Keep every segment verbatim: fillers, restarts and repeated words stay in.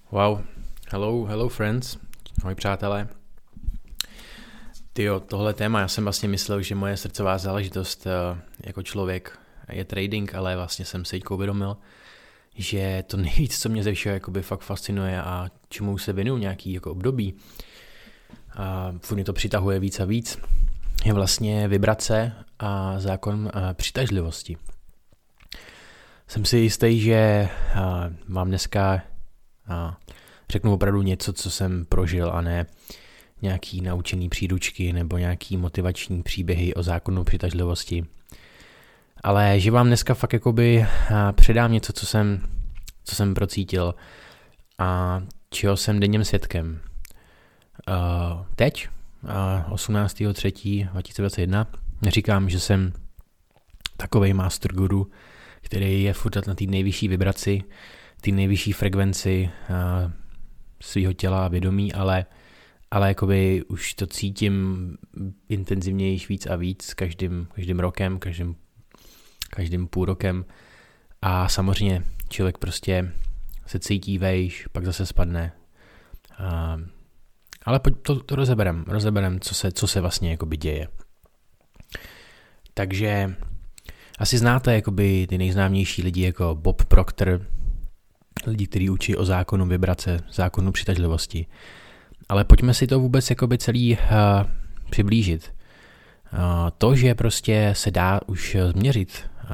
Wow, hello, hello friends, moji přátelé. Tyjo, tohle téma, já jsem vlastně myslel, že moje srdcová záležitost jako člověk je trading, ale vlastně jsem si teďka uvědomil, že to nejvíc, co mě ze všeho jakoby fakt fascinuje a čemu se věnuju nějaký jako období, a furt mě to přitahuje víc a víc, je vlastně vibrace a zákon přitažlivosti. Jsem si jistý, že vám dneska řeknu opravdu něco, co jsem prožil, a ne nějaký naučený příručky nebo nějaký motivační příběhy o zákonu přitažlivosti. Ale že vám dneska fakt jakoby předám něco, co jsem, co jsem procítil a čeho jsem denním svědkem. Teď, osmnáctého třetího dva tisíce dvacet jedna, neříkám, že jsem takovej master guru, který je furt na té nejvyšší vibraci, té nejvyšší frekvenci svého těla a vědomí, ale, ale jakoby už to cítím intenzivněji víc a víc každým, každým rokem, každým, každým půl rokem a samozřejmě člověk prostě se cítí vejš, pak zase spadne. A, ale to, to rozeberem, rozeberem, co se, co se vlastně jakoby děje. Takže asi znáte jakoby ty nejznámější lidi jako Bob Proctor, lidi, kteří učí o zákonu vibrace, zákonu přitažlivosti. Ale pojďme si to vůbec jakoby celý uh, přiblížit. Uh, to, že prostě se dá už změřit uh,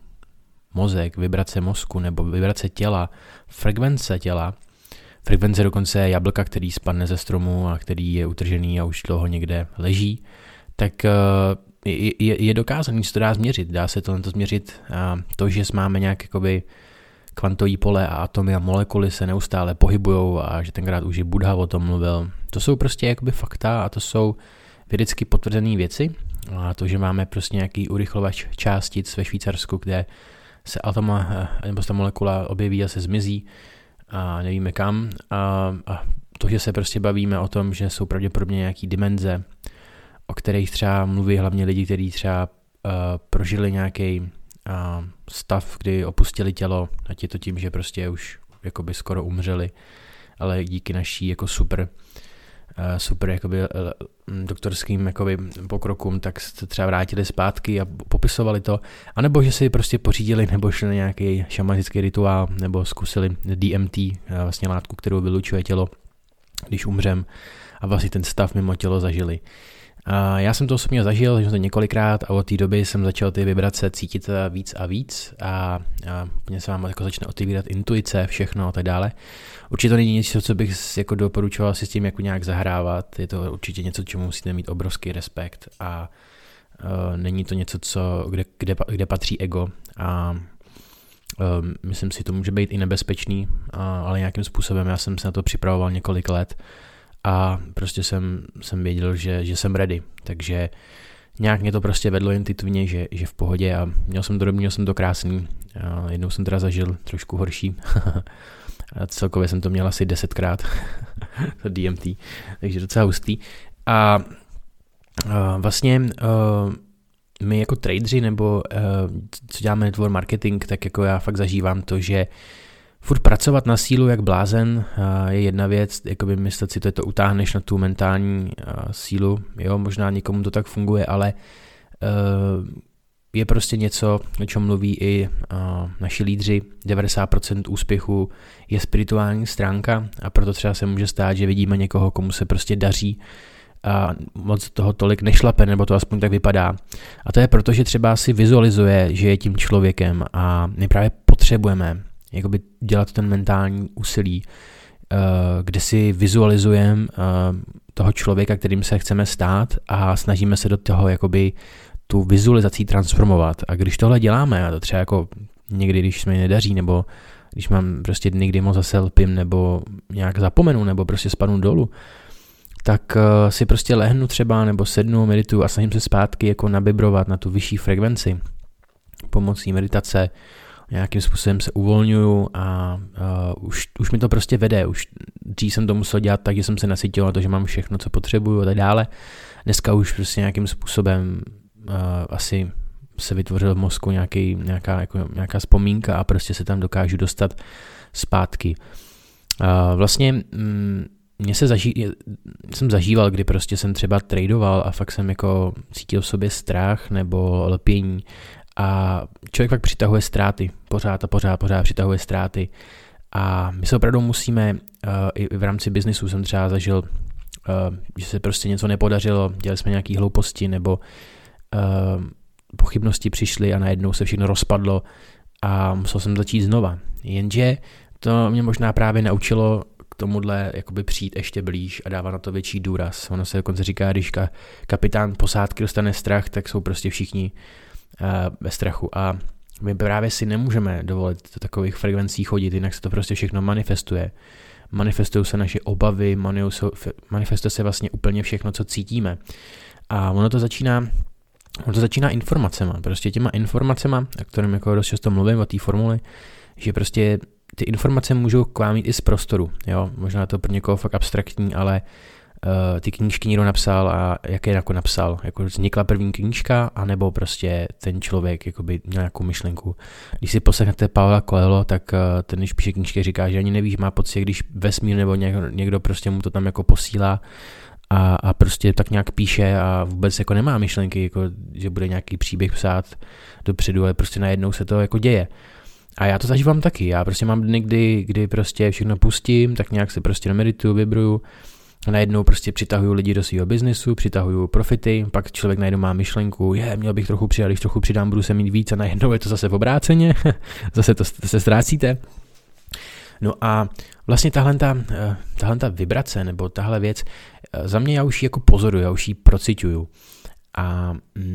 mozek, vibrace mozku nebo vibrace těla, frekvence těla, frekvence dokonce jablka, který spadne ze stromu a který je utržený a už dlouho někde leží, tak uh, je, je, je dokázaný, že to dá změřit. Dá se to změřit uh, to, že máme nějak jakoby kvantový pole a atomy a molekuly se neustále pohybujou a že tenkrát už i Buddha o tom mluvil. To jsou prostě jakoby fakta a to jsou vědecky potvrzené věci. A to, že máme prostě nějaký urychlovač částic ve Švýcarsku, kde se atom nebo ta molekula objeví a se zmizí a nevíme kam. A, a to, že se prostě bavíme o tom, že jsou pravděpodobně nějaký dimenze, o kterých třeba mluví hlavně lidi, kteří třeba uh, prožili nějaký a stav, kdy opustili tělo, ať je to tím, že prostě už jakoby skoro umřeli, ale díky naší jako super super jakoby doktorským jakoby pokrokům, tak se třeba vrátili zpátky a popisovali to, anebo že si prostě pořídili nebo šli na nějaký šamanistický rituál, nebo zkusili D M T, vlastně látku, kterou vylučuje tělo, když umřem, a vlastně ten stav mimo tělo zažili. A já jsem to osobně zažil, zažil to několikrát a od té doby jsem začal ty vibrace cítit víc a víc a, a mě se vám jako začne otevírat intuice, všechno a tak dále. Určitě to není něco, co bych jako doporučoval si s tím jako nějak zahrávat, je to určitě něco, čemu musíte mít obrovský respekt a uh, není to něco, co, kde, kde, kde patří ego a uh, myslím si, to může být i nebezpečný, uh, ale nějakým způsobem já jsem se na to připravoval několik let. A prostě jsem, jsem věděl, že, že jsem ready, takže nějak mě to prostě vedlo intuitivně, že, že v pohodě a měl jsem to dobrý, měl jsem to krásný. A jednou jsem teda zažil trošku horší a celkově jsem to měl asi desetkrát, to D M T, takže docela hustý. A, a vlastně a, my jako tradeři nebo a, co děláme network marketing, tak jako já fakt zažívám to, že furt pracovat na sílu jak blázen je jedna věc, jakoby myslet si, to je to utáhneš na tu mentální sílu, jo, možná někomu to tak funguje, ale je prostě něco, o čem mluví i naši lídři, devadesát procent úspěchu je spirituální stránka a proto třeba se může stát, že vidíme někoho, komu se prostě daří a moc toho tolik nešlape, nebo to aspoň tak vypadá. A to je proto, že třeba si vizualizuje, že je tím člověkem a my právě potřebujeme jakoby dělat ten mentální úsilí, kde si vizualizujeme toho člověka, kterým se chceme stát a snažíme se do toho jakoby tu vizualizací transformovat. A když tohle děláme, a to třeba jako někdy, když se mi nedaří, nebo když mám prostě dny, kdy moc zase lpím, nebo nějak zapomenu, nebo prostě spadnu dolů, tak si prostě lehnu třeba, nebo sednu, medituju a snažím se zpátky jako nabibrovat na tu vyšší frekvenci pomocí meditace. Nějakým způsobem se uvolňuju a uh, už, už mi to prostě vede. Už dřív jsem to musel dělat tak, že jsem se nasytil na to, že mám všechno, co potřebuju a tak dále. Dneska už prostě nějakým způsobem uh, asi se vytvořil v mozku nějaký, nějaká, jako, nějaká vzpomínka a prostě se tam dokážu dostat zpátky. A vlastně mm, mě se zaží, jsem zažíval, kdy prostě jsem třeba tradoval a fakt jsem jako cítil v sobě strach nebo lpění a člověk fakt přitahuje ztráty, pořád a pořád, pořád přitahuje ztráty a my se opravdu musíme, uh, i v rámci biznisu jsem třeba zažil, uh, že se prostě něco nepodařilo, dělali jsme nějaké hlouposti nebo uh, pochybnosti přišly a najednou se všechno rozpadlo a musel jsem začít znova, jenže to mě možná právě naučilo k tomuhle jakoby přijít ještě blíž a dávat na to větší důraz. Ono se dokonce říká, když ka, kapitán posádky dostane strach, tak jsou prostě všichni uh, ve strachu a my právě si nemůžeme dovolit do takových frekvencí chodit, jinak se to prostě všechno manifestuje. Manifestují se naše obavy, manifestuje se vlastně úplně všechno, co cítíme. A ono to začíná, ono to začíná informacema, prostě těma informacema, o kterým jako dost často mluvím, o té formuli, že prostě ty informace můžou k vám jít i z prostoru, jo, možná to pro někoho fakt abstraktní, ale uh, ty knížky někdo napsal a jak je jako napsal, jako vznikla první knížka, anebo prostě ten člověk jakoby měl nějakou myšlenku. Když si poslechnete Paulo Coelho, tak uh, ten, když píše knížky, říká, že ani nevíš, má pocit, když vesmír nebo někdo, někdo prostě mu to tam jako posílá a, a prostě tak nějak píše a vůbec jako nemá myšlenky, jako, že bude nějaký příběh psát dopředu, ale prostě najednou se to jako děje. A já to zažívám taky, já prostě mám dny, kdy, kdy prostě všechno pustím, tak nějak se prostě namedituju, vibruju, a najednou prostě přitahuju lidi do svého biznesu, přitahuju profity, pak člověk najednou má myšlenku, je, měl bych trochu přidat, když trochu přidám, budu se mít víc a najednou je to zase v obráceně, zase to se ztrácíte. No a vlastně tahle ta, tahle ta vibrace nebo tahle věc, za mě já už ji jako pozoruju, já už ji procituju. A,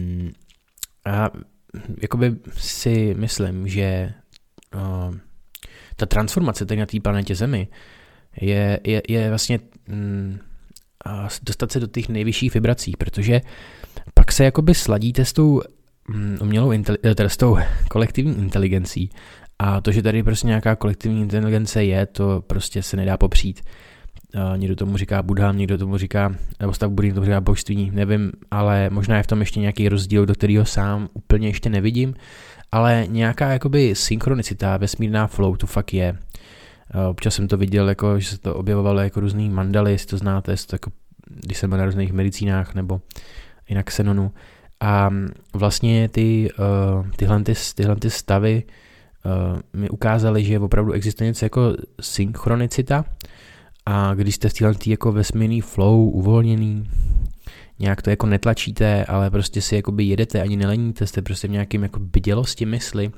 a jakoby si myslím, že Uh, ta transformace tady na té planetě Zemi je, je, je vlastně mm, uh, dostat se do těch nejvyšších vibrací, protože pak se jakoby sladíte s tou mm, umělou inteli- teda s tou kolektivní inteligencí a to, že tady prostě nějaká kolektivní inteligence je, to prostě se nedá popřít. Uh, někdo tomu říká Buddha, někdo tomu říká, nebo stav Buddhy, tomu říká božství, nevím, ale možná je v tom ještě nějaký rozdíl, do kterého sám úplně ještě nevidím, ale nějaká jakoby synchronicita, vesmírná flow, to fakt je. Občas jsem to viděl, jako, že se to objevovalo jako různý mandaly, jestli to znáte, to jako, když jsem byl na různých medicínách nebo i na Xenonu. A vlastně ty, uh, tyhle, ty, tyhle ty stavy uh, mi ukázaly, že opravdu existuje něco jako synchronicita a když jste v téhle jako vesmírný flow, uvolněný, nějak to jako netlačíte, ale prostě si jakoby jedete, ani neleníte, jste prostě v nějakým jako bdělosti mysli,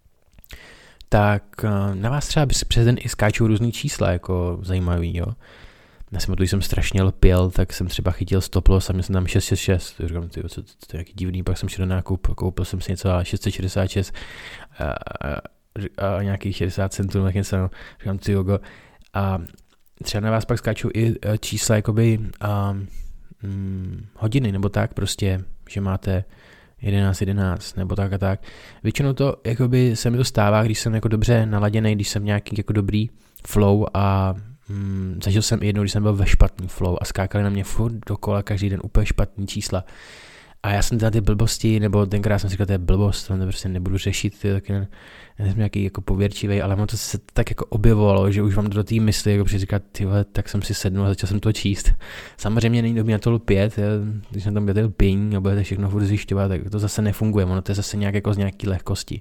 tak na vás třeba přes den i skáčou různý čísla, jako zajímavý, jo. Já jsem, když jsem strašně lpěl, tak jsem třeba chytil stop loss a měl jsem tam šest set šedesát šest, říkám, tyjo, co to, to je jaký divný, pak jsem šel do nákup, koupil jsem si něco a šest set šedesát šest a, a, a nějakých šedesát centů, tak něco, no, říkám, tyjo, go. A třeba na vás pak skáčou i čísla, jakoby, a, Hmm, hodiny nebo tak prostě, že máte jedenáct jedenáct nebo tak a tak. Většinou to jakoby se mi to stává, když jsem jako dobře naladěný, když jsem nějaký jako dobrý flow a hmm, zažil jsem i jednou, když jsem byl ve špatný flow a skákali na mě furt dokola každý den úplně špatný čísla. A já jsem teda ty blbosti, nebo tenkrát jsem si říkal, to je blbost, to prostě nebudu řešit, ty, tak nejsem nějaký jako pověrčivej, ale ono to se tak jako objevovalo, že už vám do té mysli, jako při říkat, ty vole, tak jsem si sednul a začal jsem to číst. Samozřejmě není dobrý na to lpět, když na tom budete lpění a budete všechno furt zjišťovat, tak to zase nefunguje, ono to je zase nějak jako z nějaký lehkosti.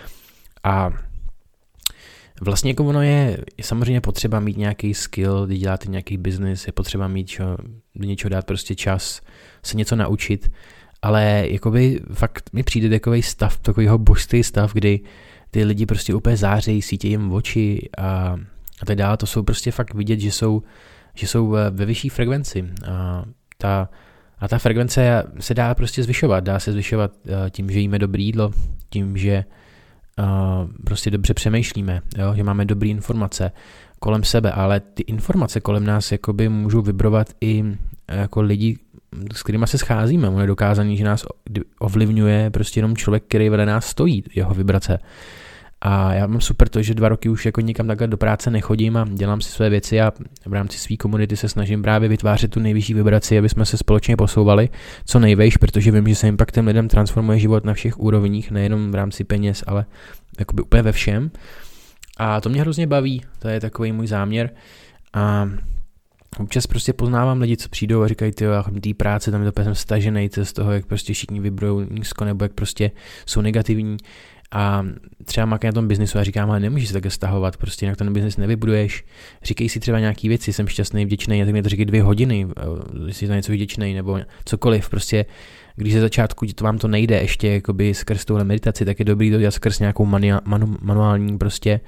A vlastně jako ono je, je samozřejmě potřeba mít nějaký skill, když děláte nějaký business, je potřeba mít čo, do něčeho dát prostě čas, se něco naučit, ale jakoby fakt mi přijde takový stav, takovýho božský stav, kdy ty lidi prostě úplně zářejí, svítějí jim v oči a, a tak dále, to jsou prostě fakt vidět, že jsou, že jsou ve vyšší frekvenci a ta, a ta frekvence se dá prostě zvyšovat, dá se zvyšovat tím, že jíme dobrý jídlo, tím, že uh, prostě dobře přemýšlíme, jo? Že máme dobré informace kolem sebe, ale ty informace kolem nás jakoby můžou vibrovat i jako lidi, s kterýma se scházíme. On je dokázaný, že nás ovlivňuje prostě jenom člověk, který vedle nás stojí, jeho vibrace. A já mám super to, že dva roky už jako nikam takhle do práce nechodím a dělám si své věci a v rámci své komunity se snažím právě vytvářet tu nejvyšší vibraci, aby jsme se společně posouvali co nejvejš, protože vím, že se impactem lidem transformuje život na všech úrovních, nejenom v rámci peněz, ale jakoby úplně ve všem. A to mě hrozně baví, to je takový můj záměr. A občas prostě poznávám lidi, co přijdou a říkají, ty jo, té práce, tam je to jsem stažený z toho, jak prostě všichni vybrujou nízko, nebo jak prostě jsou negativní. A třeba makám na tom biznisu a říkám, ale nemůžeš se takhle stahovat, prostě jinak ten biznis nevybuduješ. Říkej si třeba nějaký věci, jsem šťastný, vděčný, a tak mě to říkají dvě hodiny, jestli to něco vděčný, nebo cokoliv, prostě když ze začátku to vám to nejde ještě jakoby skrz tuhle meditaci, tak je dobrý to dělat skrz nějakou manu, manu, manuální prostě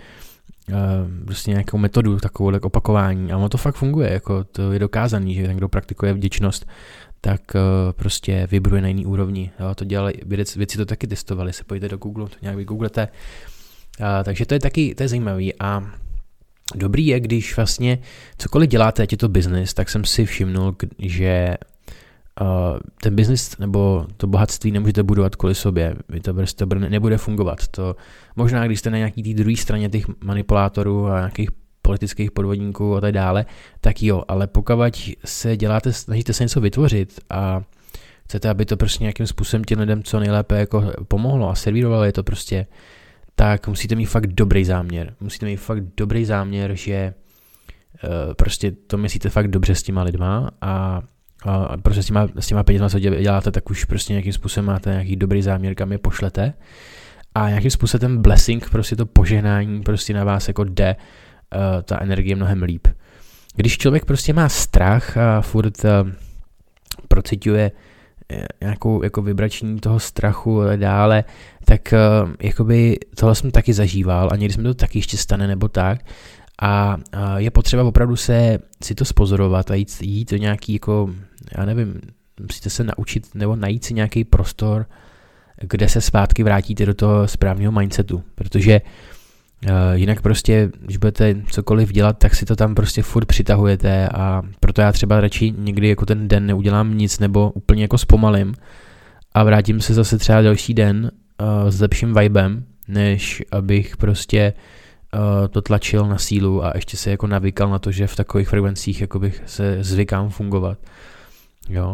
Uh, prostě nějakou metodu, takovou tak opakování. A ono to fakt funguje, jako to je dokázaný, že ten, kdo praktikuje vděčnost, tak uh, prostě vybruje na jiný úrovni. Jo, to dělali, vědci, vědci to taky testovali, se pojďte do Google, to nějak vygooglete. Uh, takže to je taky, to je zajímavý a dobrý je, když vlastně cokoliv děláte, ať je to business, tak jsem si všimnul, že Uh, ten biznis nebo to bohatství nemůžete budovat kvůli sobě, to prostě nebude fungovat. To možná, když jste na nějaký té druhé straně těch manipulátorů a nějakých politických podvodníků a tak dále, tak jo, ale pokud se děláte, snažíte se něco vytvořit a chcete, aby to prostě nějakým způsobem těm lidem co nejlépe jako pomohlo a servírovalo je to prostě, tak musíte mít fakt dobrý záměr. Musíte mít fakt dobrý záměr, že uh, prostě to myslíte fakt dobře s těma lidma a a prostě s těma, s těma penězma, co děláte, tak už prostě nějakým způsobem máte nějaký dobrý záměr, kam je pošlete a nějakým způsobem ten blessing, prostě to požehnání prostě na vás jako jde, uh, ta energie mnohem líp. Když člověk prostě má strach a furt uh, procituje nějakou jako vibrační toho strachu a dále, tak uh, jakoby tohle jsem taky zažíval a někdy se mi to taky ještě stane nebo tak. A je potřeba opravdu se si to spozorovat a jít, jít do nějaký, jako, já nevím, musíte se naučit nebo najít si nějaký prostor, kde se zpátky vrátíte do toho správného mindsetu, protože uh, jinak prostě, když budete cokoliv dělat, tak si to tam prostě furt přitahujete a proto já třeba radši někdy jako ten den neudělám nic nebo úplně jako zpomalím a vrátím se zase třeba další den uh, s lepším vibem, než abych prostě Uh, to tlačil na sílu a ještě se jako navykal na to, že v takových frekvencích jakobych se zvykám fungovat. Jo.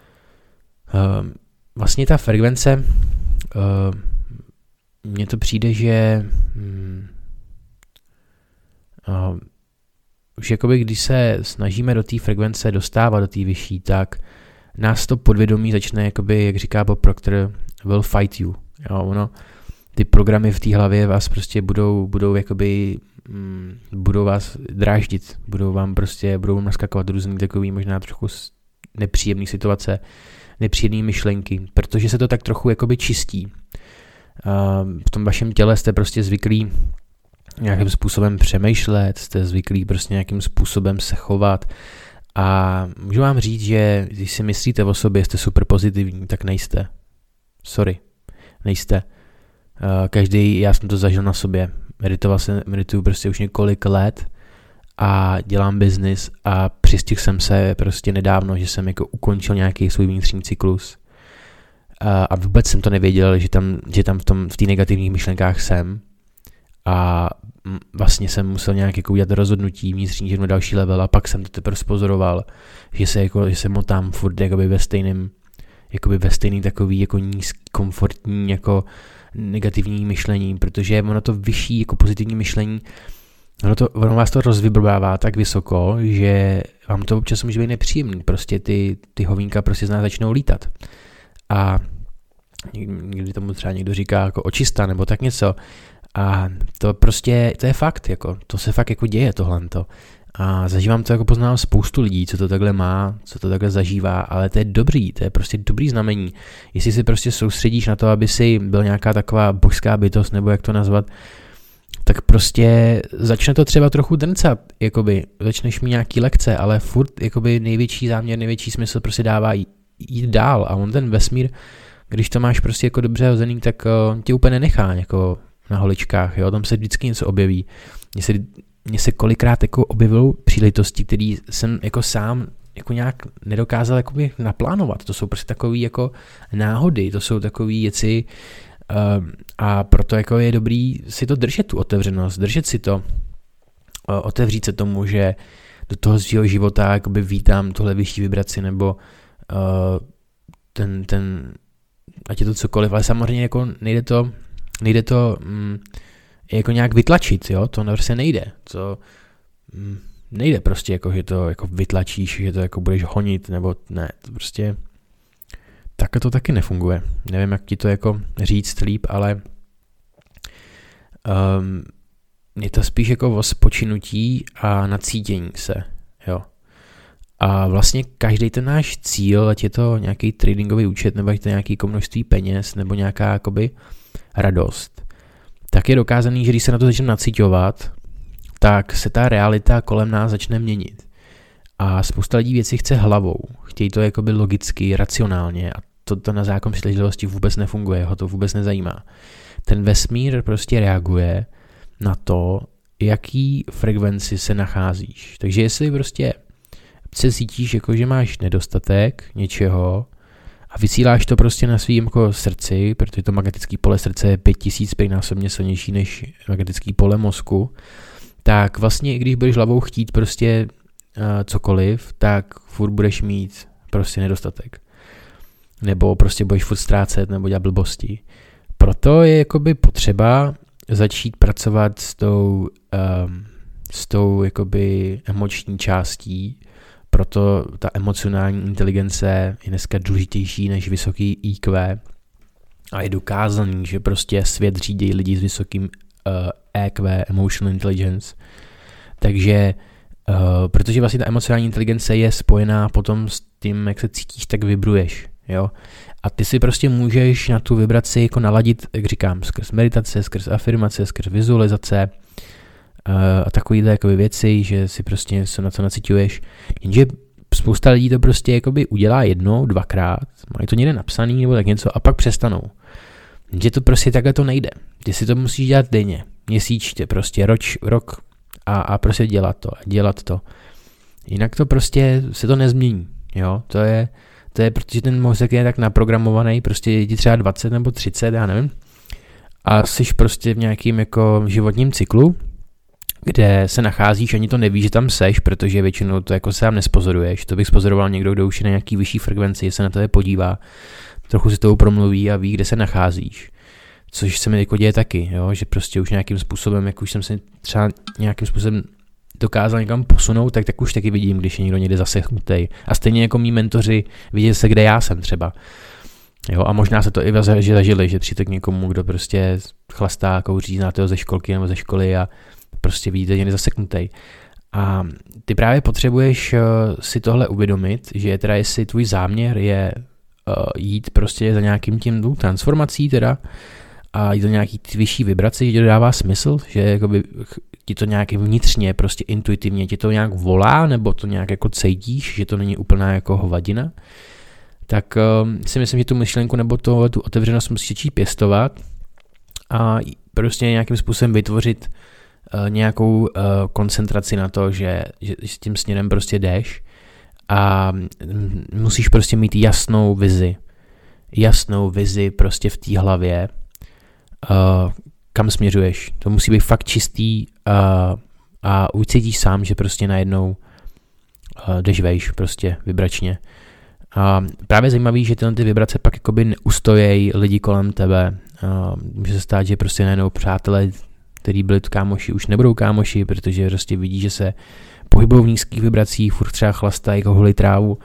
Uh, vlastně ta frekvence, uh, mně to přijde, že um, uh, už jakoby když se snažíme do té frekvence dostávat, do té vyšší, tak nás to podvědomí začne, jakoby, jak říká Bob Proctor, will fight you. Jo, ono ty programy v té hlavě vás prostě budou, budou jakoby, mm, budou vás dráždit, budou vám prostě, budou vám naskakovat různý takový možná trochu nepříjemný situace, nepříjemné myšlenky, protože se to tak trochu jakoby čistí. Uh, v tom vašem těle jste prostě zvyklí nějakým způsobem přemýšlet, jste zvyklí prostě nějakým způsobem se chovat a můžu vám říct, že když si myslíte o sobě, jste super pozitivní, tak nejste. Sorry, nejste. Uh, každý, já jsem to zažil na sobě, meditoval jsem, medituju prostě už několik let a dělám biznis a přistihl jsem se prostě nedávno, že jsem jako ukončil nějaký svůj vnitřní cyklus uh, a vůbec jsem to nevěděl, že tam, že tam v tom v té negativních myšlenkách jsem a vlastně jsem musel nějak jako udělat rozhodnutí vnitřní, že jdu další level a pak jsem to teprve spozoroval, že se, jako, že se motám furt jakoby ve stejném jakoby ve stejný takový jako nízký, komfortní jako negativní myšlení, protože ono to vyšší jako pozitivní myšlení, ono, to, ono vás to rozvibrovává tak vysoko, že vám to občas může být nepříjemný, prostě ty, ty hovínka prostě z nás začnou lítat. A někdy tomu třeba někdo říká jako očista nebo tak něco a to prostě, to je fakt, jako, to se fakt jako děje tohleto. A zažívám to, jako poznám spoustu lidí, co to takhle má, co to takhle zažívá, ale to je dobrý, to je prostě dobrý znamení. Jestli si prostě soustředíš na to, aby si byl nějaká taková božská bytost, nebo jak to nazvat, tak prostě začne to třeba trochu drncat, jakoby, začneš mít nějaký lekce, ale furt jakoby největší záměr, největší smysl prostě dává jít dál a on ten vesmír, když to máš prostě jako dobře hozený, tak uh, tě úplně nenechá jako na holičkách, jo, tam se vždycky něco objeví. Mně se Mně se kolikrát jako objevily příležitosti, které jsem jako sám jako nějak nedokázal jakoby naplánovat. To jsou prostě takové jako náhody, to jsou takové věci uh, a proto jako je dobrý si to držet, tu otevřenost, držet si to, uh, otevřít se tomu, že do toho svého života jakoby vítám tohle vyšší vibraci nebo uh, ten, ten, ať je to cokoliv, ale samozřejmě jako nejde to, nejde to, um, jako nějak vytlačit, jo, to prostě nejde, to mm, nejde prostě, jako, že to jako vytlačíš, že to jako budeš honit, nebo ne, to prostě tak to taky nefunguje. Nevím, jak ti to jako říct líp, ale um, je to spíš jako o spočinutí a nacítění se, jo. A vlastně každý ten náš cíl, ať je to nějaký tradingový účet, nebo ať to nějaký množství peněz, nebo nějaká jakoby radost, tak je dokázaný, že když se na to začne nacíťovat, tak se ta realita kolem nás začne měnit. A spousta lidí věci chce hlavou. Chtějí to jakoby logicky, racionálně a to, to na zákon přitažlivosti vůbec nefunguje, ho to vůbec nezajímá. Ten vesmír prostě reaguje na to, jaký frekvenci se nacházíš. Takže jestli prostě se cítíš, jako že máš nedostatek něčeho a vysíláš to prostě na svým jako srdci, protože to magnetické pole srdce je pět tisíc násobně silnější než magnetické pole mozku, tak vlastně, i když budeš hlavou chtít prostě uh, cokoliv, tak furt budeš mít prostě nedostatek. Nebo prostě budeš furt ztrácet nebo dělat blbosti. Proto je jakoby potřeba začít pracovat s tou, um, s tou jakoby emoční částí. Proto ta emocionální inteligence je dneska důležitější než vysoký í kvé. A je dokázaný, že prostě svět řídí lidi s vysokým uh, é kvé, emotional intelligence. Takže, uh, protože vlastně ta emocionální inteligence je spojená potom s tím, jak se cítíš, tak vibruješ. Jo? A ty si prostě můžeš na tu vibraci jako naladit, jak říkám, skrz meditace, skrz afirmace, skrz vizualizace uh, a takovýhle jakoby věci, že si prostě se na to naciťuješ. Jenže spousta lidí to prostě jakoby udělá jednou, dvakrát, mají to někde napsaný nebo tak něco a pak přestanou. Jenže to prostě takhle to nejde. Ty si to musíš dělat denně, měsíčně, prostě roč, rok a, a prostě dělat to a dělat to. Jinak to prostě se to nezmění. Jo? To je To je, protože ten mozek je tak naprogramovaný, prostě je ti třeba dvacet nebo třicet, já nevím. A jsi prostě v nějakým jako životním cyklu, kde se nacházíš, ani to nevíš, že tam seš, protože většinou to jako sám nespozoruješ. To bych spozoroval někdo, kdo už je na nějaký vyšší frekvenci, se na tebe podívá, trochu si toho promluví a ví, kde se nacházíš. Což se mi jako děje taky, jo? Že prostě už nějakým způsobem, jak už jsem se třeba nějakým způsobem dokázal někam posunout, tak, tak už taky vidím, když je někdo někde zaseknutej. A stejně jako mý mentoři viděli se, kde já jsem třeba. Jo, a možná se to i zažili, že přijde k někomu, kdo prostě chlastá, kouří, znáte ho ze školky nebo ze školy a prostě vidíte někde zaseknutej. A ty právě potřebuješ uh, si tohle uvědomit, že teda jestli tvůj záměr je uh, jít prostě za nějakým tím transformací teda a jít do nějaký vyšší vibraci, že to dává smysl, že jakoby ti to nějak vnitřně, prostě intuitivně ti to nějak volá, nebo to nějak jako cítíš, že to není úplná jako hovadina, tak uh, si myslím, že tu myšlenku nebo to, tu otevřenost musíš začít pěstovat a prostě nějakým způsobem vytvořit uh, nějakou uh, koncentraci na to, že, že s tím směrem prostě jdeš a musíš prostě mít jasnou vizi. Jasnou vizi prostě v té hlavě, uh, kam směřuješ. To musí být fakt čistý uh, a ucítíš sám, že prostě najednou uh, jdeš vejš prostě vibračně. A právě zajímavý, že tyhle ty vibrace pak jakoby neustojejí lidi kolem tebe. Uh, může se stát, že prostě najednou přátelé, kteří byli kámoši, už nebudou kámoši, protože prostě vidí, že se pohybují v nízkých vibracích, furt třeba chlastají, jako holí trávu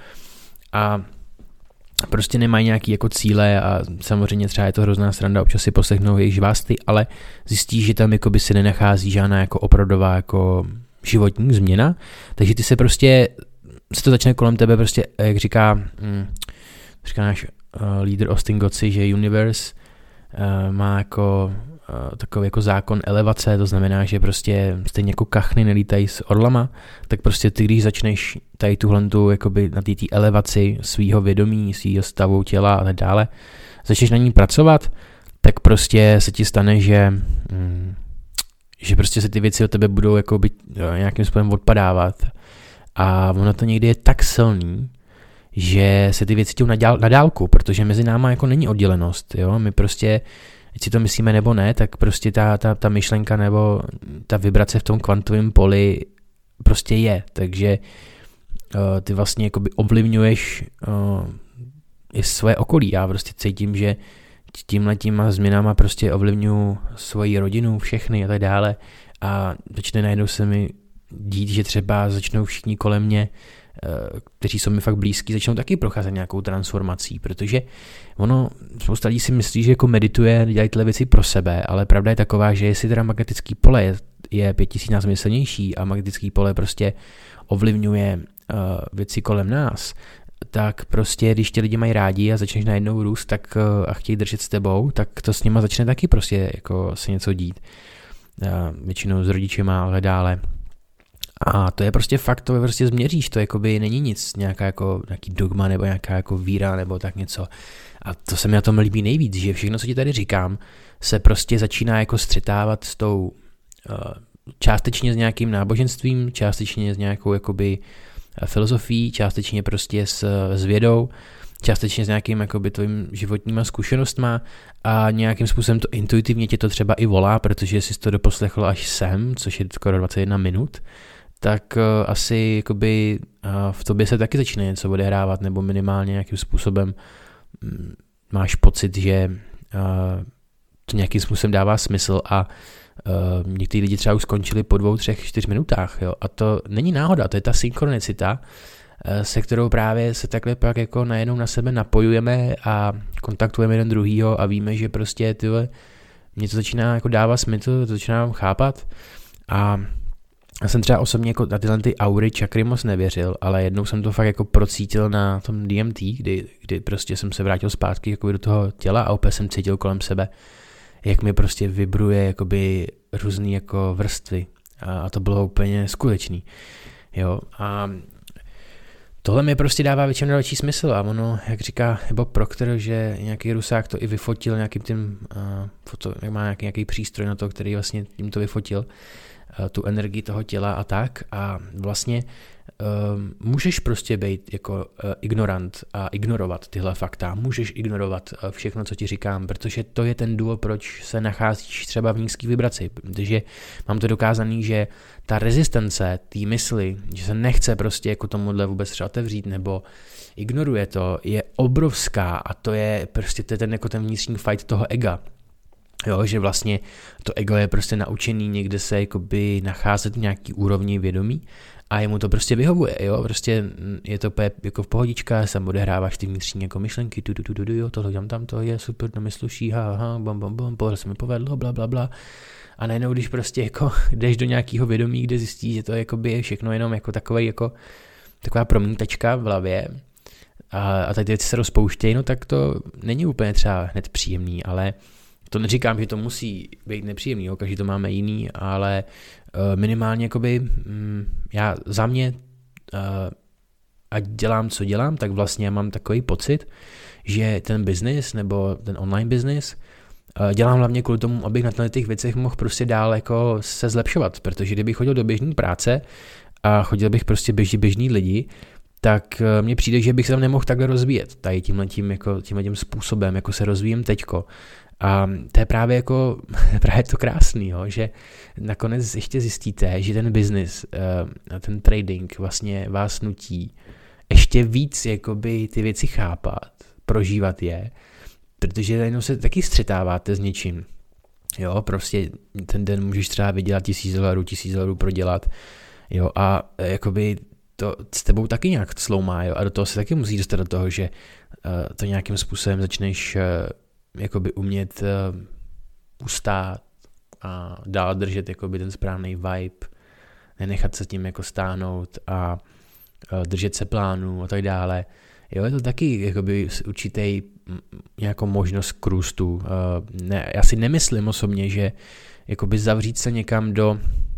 a prostě nemají nějaký jako cíle a samozřejmě třeba je to hrozná sranda, občas si poslechnou jejich žvásty, ale zjistíš, že tam jakoby se nenachází žádná jako opravdová jako životní změna, takže ty se prostě, se to začne kolem tebe prostě, jak říká, hm, říká náš uh, lídr Austin Gotzi, že universe uh, má jako uh, takový jako zákon elevace, to znamená, že prostě stejně jako kachny nelítají s orlama, tak prostě ty, když začneš tady tuhlentu jakoby na té elevaci svýho vědomí, svýho stavu těla a tak dále, začneš na ní pracovat, tak prostě se ti stane, že hm, že prostě se ty věci od tebe budou jakoby nějakým způsobem odpadávat. A ono to někdy je tak silný, že se ty věci jdou na, dál, na dálku, protože mezi náma jako není oddělenost. Jo? My prostě, ať si to myslíme nebo ne, tak prostě ta, ta, ta myšlenka nebo ta vibrace v tom kvantovém poli prostě je. Takže uh, ty vlastně jakoby ovlivňuješ uh, i své okolí. Já prostě cítím, že tímhletýma změnama prostě ovlivňuji svoji rodinu, všechny a tak dále a začne najednou se mi dít, že třeba začnou všichni kolem mě, kteří jsou mi fakt blízký, začnou taky procházet nějakou transformací, protože ono, spousta lidí si myslí, že jako medituje, dělají tyhle věci pro sebe, ale pravda je taková, že jestli teda magnetický pole je, je pět tisíc násobně silnější a magnetický pole prostě ovlivňuje uh, věci kolem nás, tak prostě, když ti lidi mají rádi a začneš najednou růst tak, uh, a chtějí držet s tebou, tak to s nima začne taky prostě jako se něco dít. Uh, většinou s rodičema, ale dále. A to je prostě fakt, to prostě změříš, to jakoby není nic, nějaká jako nějaký dogma nebo nějaká jako víra nebo tak něco. A to se mi na tom líbí nejvíc, že všechno, co ti tady říkám, se prostě začíná jako střetávat s tou uh, částečně s nějakým náboženstvím, částečně s nějakou jakoby filozofií, částečně prostě s, s vědou, částečně s nějakým jakoby tvým životníma zkušenostma a nějakým způsobem to intuitivně tě to třeba i volá, protože jsi to doposlechlo až sem, což je skoro dvacet jedna minut, tak uh, asi jakoby, uh, v tobě se taky začne něco odehrávat, nebo minimálně nějakým způsobem um, máš pocit, že uh, to nějakým způsobem dává smysl a uh, někteří lidi třeba už skončili po dvou, třech, čtyř minutách. Jo? A to není náhoda, to je ta synchronicita, uh, se kterou právě se takhle pak jako najednou na sebe napojujeme a kontaktujeme jeden druhýho a víme, že prostě tyhle, mě to začíná jako dávat smysl, to začínám chápat a já jsem třeba osobně jako na tyhle ty aury čakry moc nevěřil, ale jednou jsem to fakt jako procítil na tom D M T, kdy, kdy prostě jsem se vrátil zpátky jako do toho těla a opět jsem cítil kolem sebe, jak mi prostě vibruje jakoby různý jako vrstvy a, a to bylo úplně skutečný. Jo, a tohle mi prostě dává většinou další smysl a ono, jak říká Bob Proctor, že nějaký Rusák to i vyfotil nějakým tím, uh, foto, jak má nějaký, nějaký přístroj na to, který vlastně tím to vyfotil, tu energii toho těla a tak a vlastně um, můžeš prostě být jako uh, ignorant a ignorovat tyhle fakta, můžeš ignorovat uh, všechno, co ti říkám, protože to je ten důvod, proč se nacházíš třeba v nízké vibraci, protože mám to dokázaný, že ta rezistence té mysli, že se nechce prostě jako tomuhle vůbec třeba otevřít nebo ignoruje to, je obrovská a to je prostě to je ten, jako ten vnitřní fight toho ega. Jo, že vlastně to ego je prostě naučený někde se jakoby nacházet v nějaký úrovni vědomí a jemu to prostě vyhovuje, jo, prostě je to jako v pohodička, sam odehráváš ty vnitřní jako myšlenky, tu, tu, tu, tu, jo, tohle dělám tam, to je super, to mi sluší, ha, ha, bam, bam, bam, pohle se mi povedlo, bla, bla, bla. A najednou, když prostě jako jdeš do nějakého vědomí, kde zjistíš, že to jakoby je všechno jenom jako takovej, jako taková promítačka v hlavě a, a tady ty věci se rozpouštějí, no tak to není úplně třeba hned příjemný, ale to neříkám, že to musí být nepříjemný, jo, každý to máme jiný, ale uh, minimálně jakoby, mm, já za mě, uh, ať dělám, co dělám, tak vlastně mám takový pocit, že ten biznis nebo ten online biznis uh, dělám hlavně kvůli tomu, abych na těch věcech mohl prostě dál jako se zlepšovat, protože kdybych chodil do běžné práce a chodil bych prostě běžný běžný lidi, tak uh, mně přijde, že bych se tam nemohl takhle rozvíjet, tady tímhletím jako, tímhletím způsobem, jako se rozvíjem teďko. A to je právě jako, právě to krásný, jo, že nakonec ještě zjistíte, že ten biznis, ten trading vlastně vás nutí ještě víc jakoby ty věci chápat, prožívat je, protože jenom se taky střetáváte s něčím. Jo, prostě ten den můžeš třeba vydělat tisíc dolarů, tisíc dolarů prodělat, jo, a jakoby to s tebou taky nějak sloumá, jo, a do toho se taky musí dostat do toho, že uh, to nějakým způsobem začneš uh, jakoby umět uh, ustát a dál držet jakoby ten správný vibe, nenechat se tím jako stáhnout a uh, držet se plánu a tak dále. Jo, je to taky jakoby určitý nějakou možnost k růstu. Uh, ne, já si nemyslím osobně, že jakoby zavřít se někam do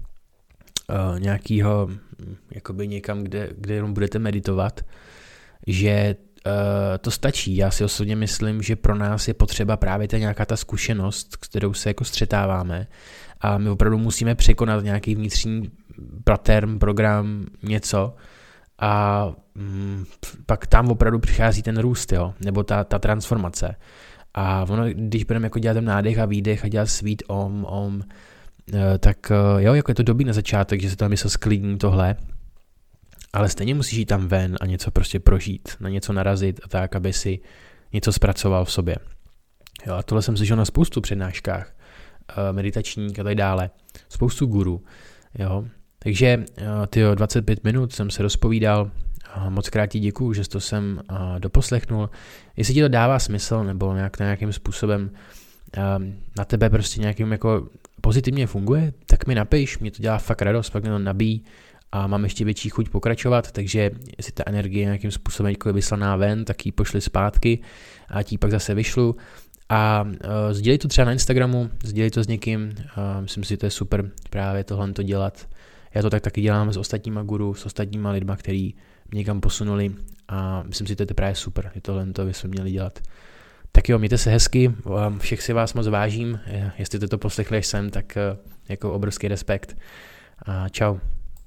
uh, nějakého, jakoby někam, kde, kde jenom budete meditovat, že uh, to stačí. Já si osobně myslím, že pro nás je potřeba právě ta nějaká ta zkušenost, s kterou se jako střetáváme a my opravdu musíme překonat nějaký vnitřní pattern, program, něco a mm, pak tam opravdu přichází ten růst, jo, nebo ta, ta transformace. A ono, když budeme jako dělat ten nádech a výdech a dělat svít om, om, tak jo, jako je to dobrý na začátek, že se tam mysl sklidní tohle, ale stejně musíš jít tam ven a něco prostě prožít, na něco narazit a tak, aby si něco zpracoval v sobě. Jo, a tohle jsem slyšel na spoustu přednáškách, meditačních a tak dále. Spoustu guru. Jo. Takže tyjo, dvacet pět minut jsem se rozpovídal. Moc krát ti děkuju, že to jsem doposlechnul. Jestli ti to dává smysl nebo nějak, nějakým způsobem na tebe prostě nějakým jako pozitivně funguje, tak mi napiš, mě to dělá fakt radost, pak mě to nabíjí a mám ještě větší chuť pokračovat, takže jestli ta energie nějakým způsobem jako vyslaná ven, tak ji pošli zpátky a ti pak zase vyšlu. A uh, sdílej to třeba na Instagramu, sdílej to s někým, uh, myslím si, že to je super právě tohle to dělat. Já to tak taky dělám s ostatníma guru, s ostatníma lidma, který mě někam posunuli a myslím si, že to je právě super, že tohle to bychom měli dělat. Tak jo, mějte se hezky, všech si vás moc vážím, jestli to poslechli až sem, tak uh, jako obrovský respekt a čau.